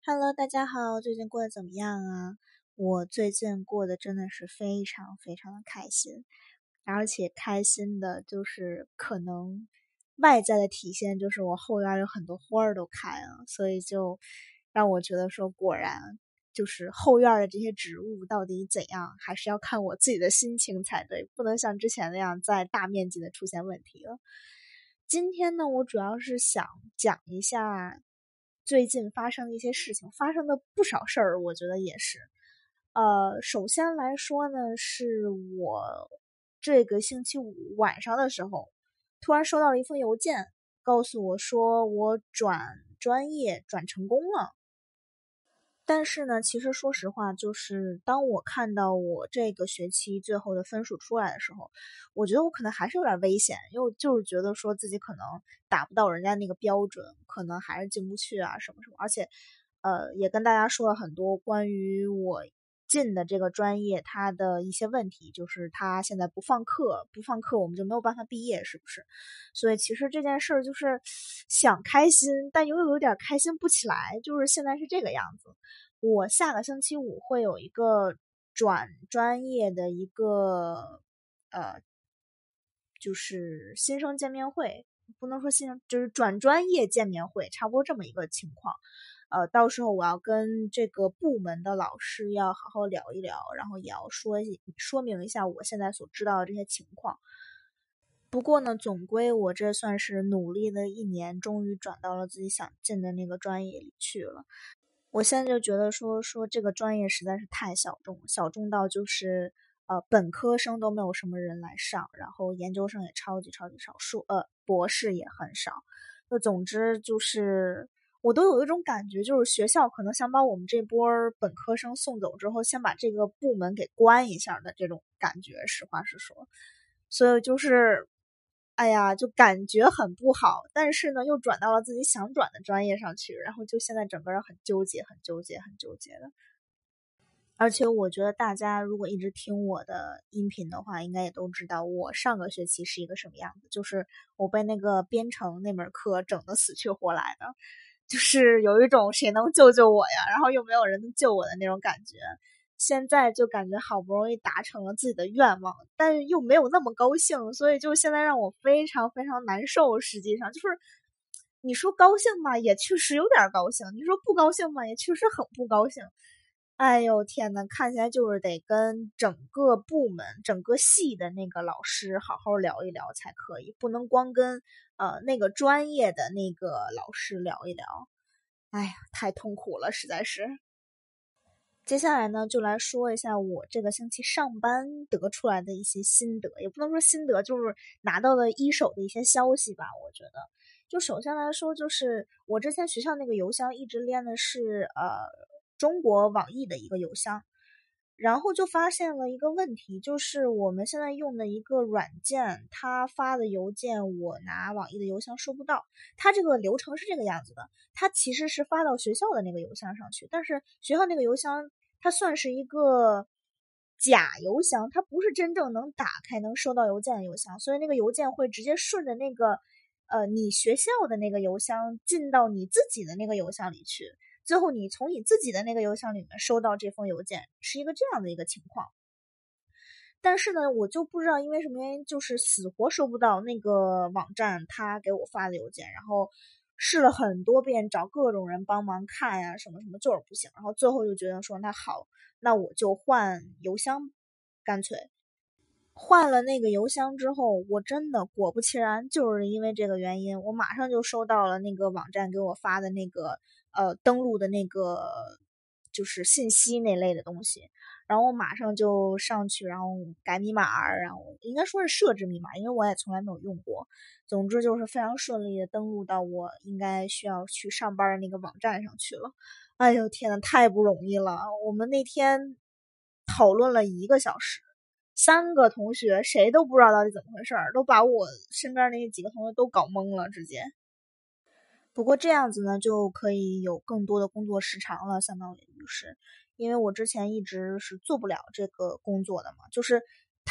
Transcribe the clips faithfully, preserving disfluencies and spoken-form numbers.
Hello，大家好，最近过得怎么样啊？我最近过得真的是非常非常的开心，而且开心的就是可能外在的体现就是我后院有很多花儿都开了，所以就让我觉得说，果然就是后院的这些植物到底怎样，还是要看我自己的心情才对，不能像之前那样再大面积的出现问题了。今天呢，我主要是想讲一下最近发生的一些事情，发生的不少事儿，我觉得也是。呃，首先来说呢，是我这个星期五晚上的时候，突然收到了一封邮件，告诉我说我转专业转成功了。但是呢，其实说实话，就是当我看到我这个学期最后的分数出来的时候，我觉得我可能还是有点危险，因为就是觉得说自己可能达不到人家那个标准，可能还是进不去啊什么什么。而且，呃，也跟大家说了很多关于我进的这个专业它的一些问题，就是他现在不放课，不放课我们就没有办法毕业，是不是？所以其实这件事儿就是想开心，但又有点开心不起来，就是现在是这个样子。我下个星期五会有一个转专业的一个呃，就是新生见面会，不能说新生，就是转专业见面会，差不多这么一个情况。呃，到时候我要跟这个部门的老师要好好聊一聊，然后也要说一说明一下我现在所知道的这些情况。不过呢，总归我这算是努力了一年，终于转到了自己想进的那个专业里去了。我现在就觉得说说这个专业实在是太小众，小众到就是呃本科生都没有什么人来上，然后研究生也超级超级少，数呃博士也很少。那总之就是我都有一种感觉，就是学校可能想把我们这波本科生送走之后，先把这个部门给关一下的这种感觉，实话实说。所以就是，哎呀，就感觉很不好，但是呢，又转到了自己想转的专业上去，然后就现在整个人很纠结，很纠结，很纠结的。而且我觉得大家如果一直听我的音频的话，应该也都知道我上个学期是一个什么样子，就是我被那个编程那门课整得死去活来的，就是有一种谁能救救我呀，然后又没有人能救我的那种感觉。现在就感觉好不容易达成了自己的愿望，但是又没有那么高兴，所以就现在让我非常非常难受。实际上就是你说高兴吧，也确实有点高兴；你说不高兴吧，也确实很不高兴。哎呦天呐，看起来就是得跟整个部门、整个系的那个老师好好聊一聊才可以，不能光跟呃那个专业的那个老师聊一聊。哎呀，太痛苦了，实在是。接下来呢，就来说一下我这个星期上班得出来的一些心得，也不能说心得，就是拿到了一手的一些消息吧。我觉得，就首先来说，就是我之前学校那个邮箱一直连的是呃中国网易的一个邮箱，然后就发现了一个问题，就是我们现在用的一个软件，它发的邮件我拿网易的邮箱收不到。它这个流程是这个样子的，它其实是发到学校的那个邮箱上去，但是学校那个邮箱它算是一个假邮箱，它不是真正能打开能收到邮件的邮箱，所以那个邮件会直接顺着那个呃你学校的那个邮箱进到你自己的那个邮箱里去。最后你从你自己的那个邮箱里面收到这封邮件，是一个这样的一个情况。但是呢，我就不知道因为什么原因，就是死活收不到那个网站他给我发的邮件，然后试了很多遍，找各种人帮忙看呀、啊，什么什么就是不行，然后最后就决定说，那好，那我就换邮箱，干脆。换了那个邮箱之后，我真的果不其然，就是因为这个原因，我马上就收到了那个网站给我发的那个呃登录的那个就是信息那类的东西，然后我马上就上去，然后改密码，然后应该说是设置密码，因为我也从来没有用过。总之就是非常顺利的登录到我应该需要去上班的那个网站上去了。哎呦天呐，太不容易了！我们那天讨论了一个小时。三个同学谁都不知道到底怎么回事儿，都把我身边那几个同学都搞懵了，直接。不过这样子呢，就可以有更多的工作时长了，相当于是，因为我之前一直是做不了这个工作的嘛，就是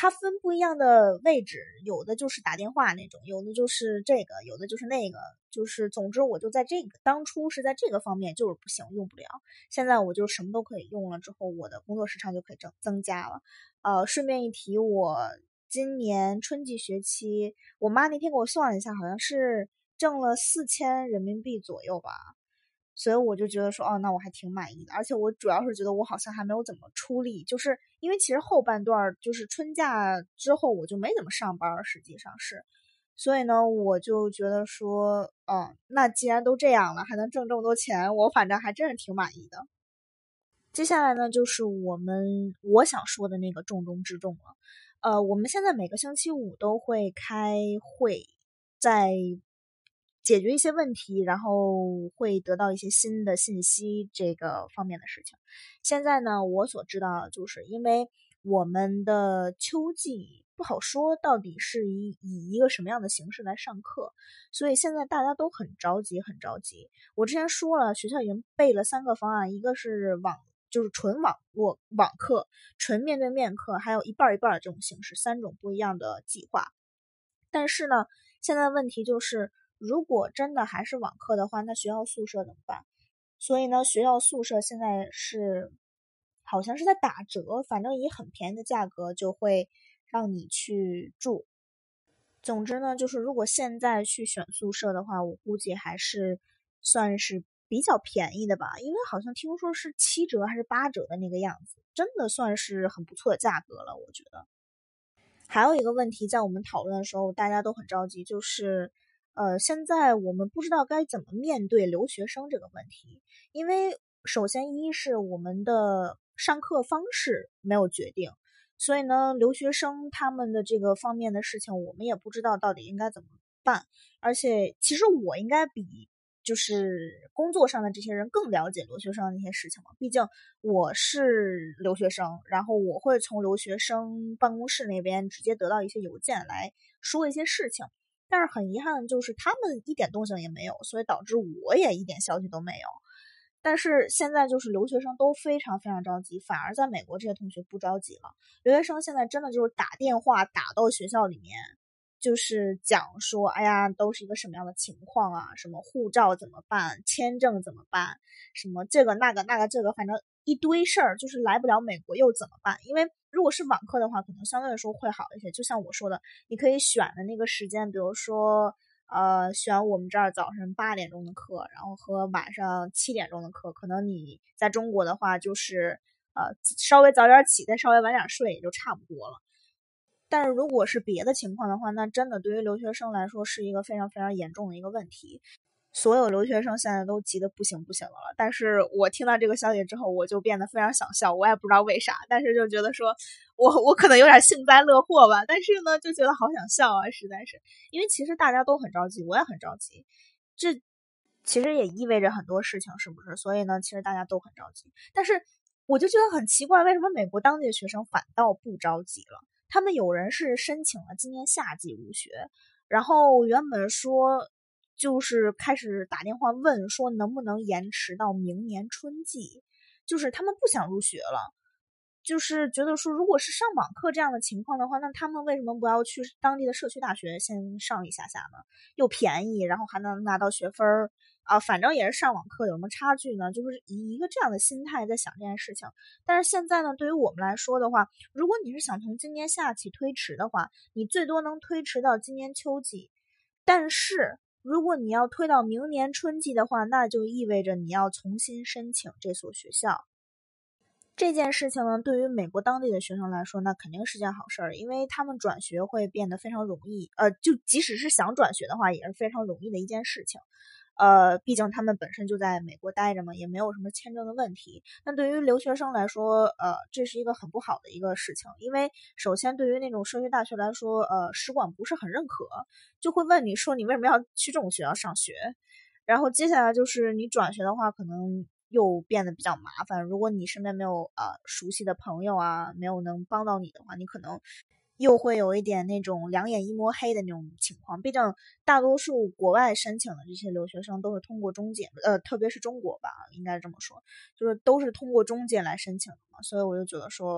它分不一样的位置，有的就是打电话那种，有的就是这个，有的就是那个，就是总之我就在这个当初是在这个方面就是不行，用不了。现在我就什么都可以用了，之后我的工作时长就可以增增加了。呃，顺便一提，我今年春季学期，我妈那天给我算了一下，好像是挣了四千人民币左右吧。所以我就觉得说，哦，那我还挺满意的。而且我主要是觉得我好像还没有怎么出力，就是因为其实后半段就是春假之后我就没怎么上班，实际上是，所以呢，我就觉得说，哦，那既然都这样了，还能挣这么多钱，我反正还真是挺满意的。接下来呢，就是我们我想说的那个重中之重了。呃，我们现在每个星期五都会开会，在解决一些问题，然后会得到一些新的信息这个方面的事情。现在呢，我所知道就是因为我们的秋季不好说到底是以以一个什么样的形式来上课，所以现在大家都很着急，很着急。我之前说了，学校已经备了三个方案，一个是网。就是纯网络网课、纯面对面课，还有一半一半的这种形式，三种不一样的计划。但是呢，现在问题就是，如果真的还是网课的话，那学校宿舍怎么办？所以呢，学校宿舍现在是好像是在打折，反正以很便宜的价格就会让你去住。总之呢，就是如果现在去选宿舍的话，我估计还是算是比较便宜的吧，因为好像听说是七折还是八折的那个样子，真的算是很不错的价格了，我觉得。还有一个问题，在我们讨论的时候，大家都很着急，就是，呃，现在我们不知道该怎么面对留学生这个问题，因为首先一是我们的上课方式没有决定，所以呢，留学生他们的这个方面的事情，我们也不知道到底应该怎么办，而且其实我应该比就是工作上的这些人更了解留学生的那些事情嘛，毕竟我是留学生，然后我会从留学生办公室那边直接得到一些邮件来说一些事情，但是很遗憾就是他们一点动静也没有，所以导致我也一点消息都没有。但是现在就是留学生都非常非常着急，反而在美国这些同学不着急了。留学生现在真的就是打电话打到学校里面，就是讲说，哎呀，都是一个什么样的情况啊？什么护照怎么办？签证怎么办？什么这个那个那个这个，反正一堆事儿，就是来不了美国又怎么办？因为如果是网课的话，可能相对来说会好一些。就像我说的，你可以选的那个时间，比如说，呃，选我们这儿早上八点钟的课，然后和晚上七点钟的课，可能你在中国的话，就是呃稍微早点起，再稍微晚点睡，也就差不多了。但是如果是别的情况的话，那真的对于留学生来说是一个非常非常严重的一个问题。所有留学生现在都急得不行不行的了。但是我听到这个消息之后，我就变得非常想笑，我也不知道为啥，但是就觉得说我我可能有点幸灾乐祸吧，但是呢，就觉得好想笑啊，实在是，因为其实大家都很着急，我也很着急，这其实也意味着很多事情，是不是？所以呢，其实大家都很着急，但是我就觉得很奇怪，为什么美国当地的学生反倒不着急了？他们有人是申请了今年夏季入学，然后原本说就是开始打电话问说能不能延迟到明年春季，就是他们不想入学了，就是觉得说如果是上网课这样的情况的话，那他们为什么不要去当地的社区大学先上一下下呢？又便宜，然后还能拿到学分儿啊，反正也是上网课，有什么差距呢？就是以一个这样的心态在想这件事情。但是现在呢，对于我们来说的话，如果你是想从今年夏季推迟的话，你最多能推迟到今年秋季。但是如果你要推到明年春季的话，那就意味着你要重新申请这所学校。这件事情呢，对于美国当地的学生来说，那肯定是件好事儿，因为他们转学会变得非常容易。呃，就即使是想转学的话，也是非常容易的一件事情。呃，毕竟他们本身就在美国待着嘛，也没有什么签证的问题。那对于留学生来说，呃，这是一个很不好的一个事情，因为首先对于那种社区大学来说，呃，使馆不是很认可，就会问你说你为什么要去这种学校上学？然后接下来就是你转学的话，可能又变得比较麻烦。如果你身边没有呃熟悉的朋友啊，没有能帮到你的话，你可能又会有一点那种两眼一摸黑的那种情况。毕竟大多数国外申请的这些留学生都是通过中介，呃，特别是中国吧，应该这么说，就是都是通过中介来申请的嘛。所以我就觉得说，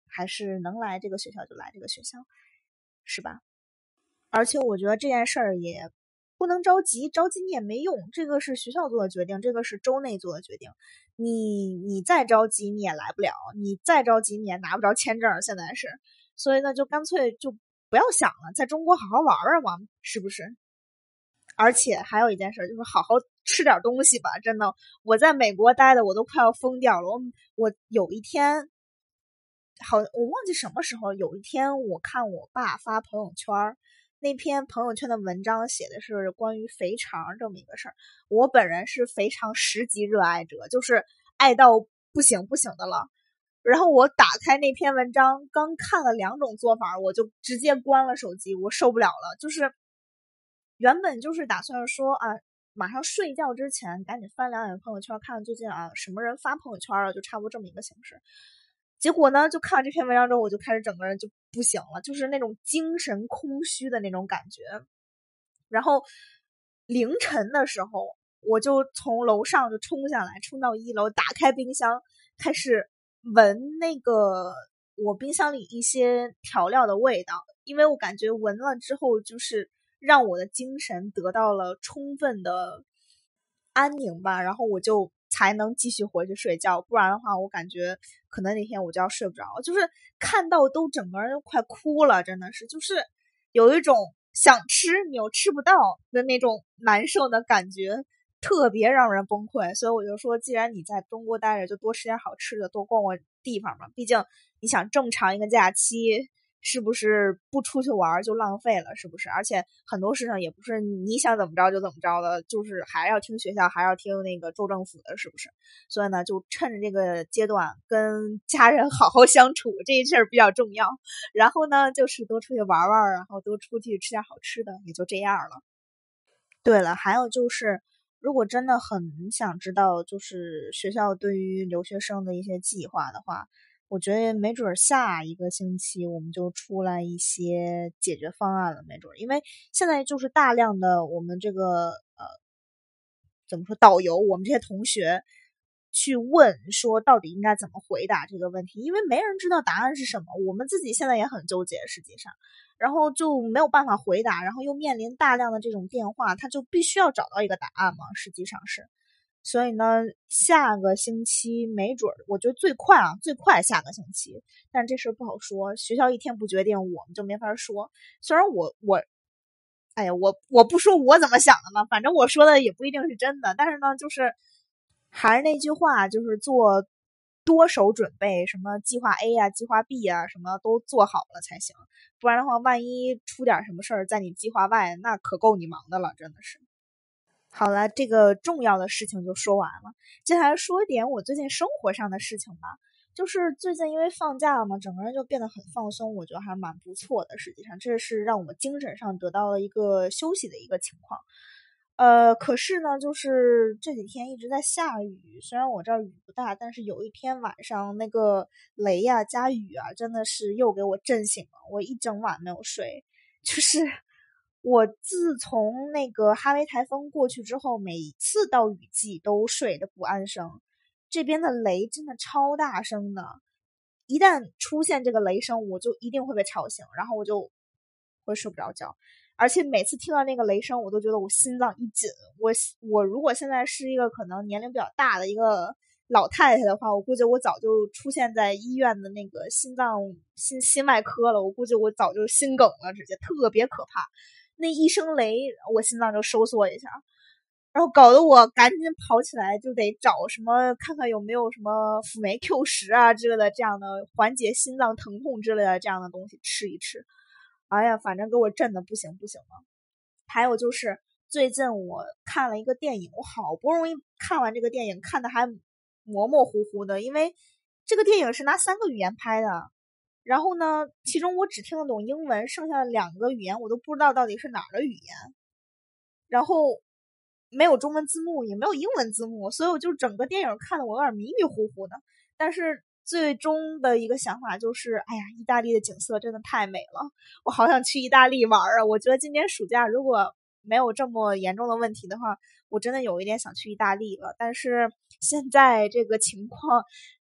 还是能来这个学校就来这个学校，是吧？而且我觉得这件事儿也不能着急，着急你也没用，这个是学校做的决定，这个是州内做的决定，你你再着急你也来不了，你再着急你也拿不着签证，现在是，所以呢就干脆就不要想了，在中国好好玩玩嘛，是不是？而且还有一件事，就是好好吃点东西吧，真的，我在美国待的我都快要疯掉了。我我有一天，好，我忘记什么时候，有一天我看我爸发朋友圈，那篇朋友圈的文章写的是关于肥肠这么一个事儿。我本人是肥肠十级热爱者，就是爱到不行不行的了。然后我打开那篇文章，刚看了两种做法，我就直接关了手机，我受不了了，就是。原本就是打算说啊，马上睡觉之前赶紧翻两眼朋友圈，看看最近啊什么人发朋友圈了，就差不多这么一个形式。结果呢，就看了这篇文章之后，我就开始整个人就不行了，就是那种精神空虚的那种感觉。然后凌晨的时候，我就从楼上就冲下来，冲到一楼，打开冰箱，开始闻那个我冰箱里一些调料的味道，因为我感觉闻了之后就是让我的精神得到了充分的安宁吧，然后我就才能继续回去睡觉，不然的话我感觉可能那天我就要睡不着，就是看到都整个人都快哭了，真的是就是有一种想吃你又吃不到的那种难受的感觉，特别让人崩溃。所以我就说，既然你在中国待着，就多吃点好吃的，多逛逛地方嘛，毕竟你想这么长一个假期，是不是不出去玩就浪费了，是不是？而且很多事情也不是你想怎么着就怎么着的，就是还要听学校，还要听那个州政府的，是不是？所以呢，就趁着这个阶段跟家人好好相处，这一事儿比较重要。然后呢，就是多出去玩玩，然后多出去吃点好吃的，也就这样了。对了，还有就是如果真的很想知道就是学校对于留学生的一些计划的话，我觉得没准下一个星期我们就出来一些解决方案了，没准，因为现在就是大量的我们这个呃怎么说导游，我们这些同学去问说到底应该怎么回答这个问题，因为没人知道答案是什么，我们自己现在也很纠结，实际上。然后就没有办法回答，然后又面临大量的这种电话，他就必须要找到一个答案嘛，实际上是。所以呢，下个星期没准我觉得最快啊，最快下个星期，但这事不好说，学校一天不决定，我们就没法说。虽然我我，哎呀，我我不说我怎么想的呢，反正我说的也不一定是真的，但是呢，就是还是那句话，就是做多手准备，什么计划 A 啊、计划 B 啊，什么都做好了才行，不然的话，万一出点什么事儿在你计划外，那可够你忙的了，真的是。好了，这个重要的事情就说完了，接下来说一点我最近生活上的事情吧。就是最近因为放假了嘛，整个人就变得很放松，我觉得还蛮不错的。实际上，这是让我精神上得到了一个休息的一个情况。呃，可是呢，就是这几天一直在下雨，虽然我这儿雨不大，但是有一天晚上那个雷呀、啊、加雨啊，真的是又给我震醒了，我一整晚没有睡。就是我自从那个哈维台风过去之后，每次到雨季都睡得不安生。这边的雷真的超大声的，一旦出现这个雷声，我就一定会被吵醒，然后我就会睡不着觉。而且每次听到那个雷声，我都觉得我心脏一紧。我我如果现在是一个可能年龄比较大的一个老太太的话，我估计我早就出现在医院的那个心脏心心外科了。我估计我早就心梗了，直接特别可怕。那一声雷，我心脏就收缩一下。然后搞得我赶紧跑起来，就得找什么看看有没有什么辅酶 Q 十啊之类的这样的缓解心脏疼痛之类的这样的东西吃一吃。哎呀，反正给我震的不行不行了。还有就是最近我看了一个电影，我好不容易看完这个电影，看的还模模糊糊的，因为这个电影是拿三个语言拍的。然后呢，其中我只听得懂英文，剩下的两个语言我都不知道到底是哪儿的语言。然后没有中文字幕，也没有英文字幕，所以我就整个电影看得我有点迷迷糊糊的。但是最终的一个想法就是，哎呀，意大利的景色真的太美了，我好想去意大利玩啊！我觉得今年暑假如果没有这么严重的问题的话，我真的有一点想去意大利了。但是现在这个情况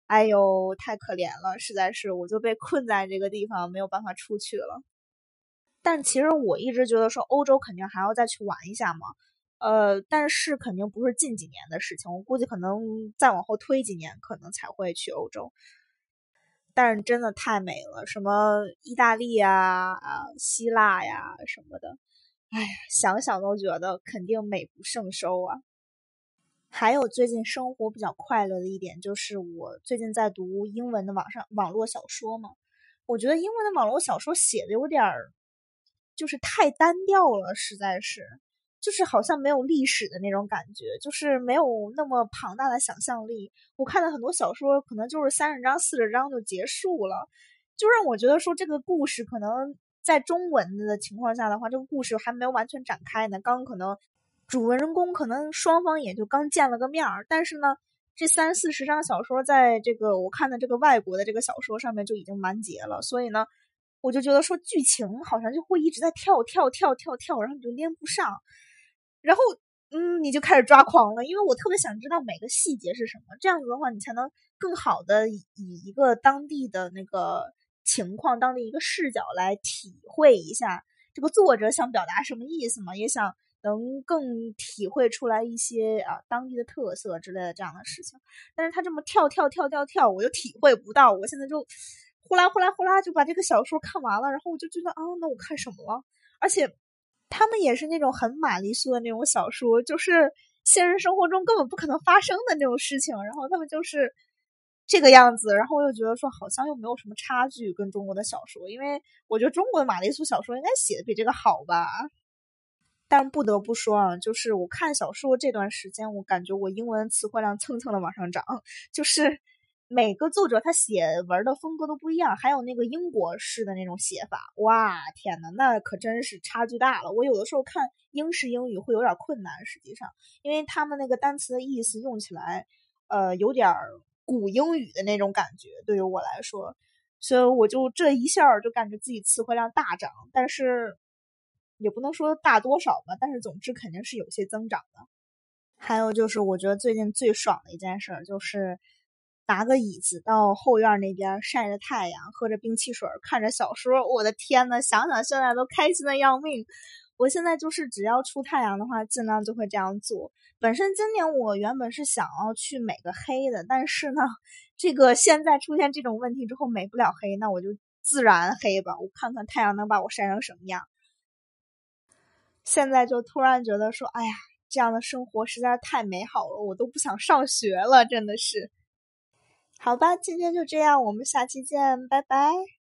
哎呦，太可怜了，实在是我就被困在这个地方，没有办法出去了。但其实我一直觉得说欧洲肯定还要再去玩一下嘛，呃，但是肯定不是近几年的事情，我估计可能再往后推几年，可能才会去欧洲。但是真的太美了，什么意大利呀、啊、希腊呀什么的，哎呀，想想都觉得肯定美不胜收啊。还有最近生活比较快乐的一点，就是我最近在读英文的网上网络小说嘛。我觉得英文的网络小说写的有点儿，就是太单调了，实在是，就是好像没有历史的那种感觉，就是没有那么庞大的想象力。我看的很多小说可能就是三十章、四十章就结束了，就让我觉得说这个故事可能在中文的情况下的话，这个故事还没有完全展开呢，刚可能主人公可能双方也就刚见了个面儿，但是呢，这三四十章小说在这个我看的这个外国的这个小说上面就已经完结了，所以呢，我就觉得说剧情好像就会一直在跳跳跳跳跳，然后你就连不上，然后嗯，你就开始抓狂了，因为我特别想知道每个细节是什么，这样子的话，你才能更好的以一个当地的那个情况、当地一个视角来体会一下这个作者想表达什么意思嘛，也想能更体会出来一些啊当地的特色之类的这样的事情。但是他这么跳跳跳跳跳，我就体会不到。我现在就呼啦呼啦呼啦就把这个小说看完了，然后我就觉得啊，那我看什么了？而且他们也是那种很玛丽苏的那种小说，就是现实生活中根本不可能发生的那种事情，然后他们就是这个样子，然后我又觉得说好像又没有什么差距跟中国的小说，因为我觉得中国的玛丽苏小说应该写的比这个好吧。但不得不说啊，就是我看小说这段时间，我感觉我英文词汇量蹭蹭的往上涨，就是每个作者他写文的风格都不一样，还有那个英国式的那种写法，哇，天呐，那可真是差距大了。我有的时候看英式英语会有点困难，实际上，因为他们那个单词的意思用起来，呃，有点古英语的那种感觉，对于我来说，所以我就这一下就感觉自己词汇量大涨，但是也不能说大多少吧，但是总之肯定是有些增长的。还有就是我觉得最近最爽的一件事就是拿个椅子到后院那边晒着太阳，喝着冰汽水，看着小说，我的天呐，想想现在都开心的要命。我现在就是只要出太阳的话尽量就会这样做。本身今年我原本是想要去美个黑的，但是呢这个现在出现这种问题之后美不了黑，那我就自然黑吧，我看看太阳能把我晒成什么样。现在就突然觉得说，哎呀，这样的生活实在是太美好了，我都不想上学了，真的是。好吧，今天就这样，我们下期见，拜拜。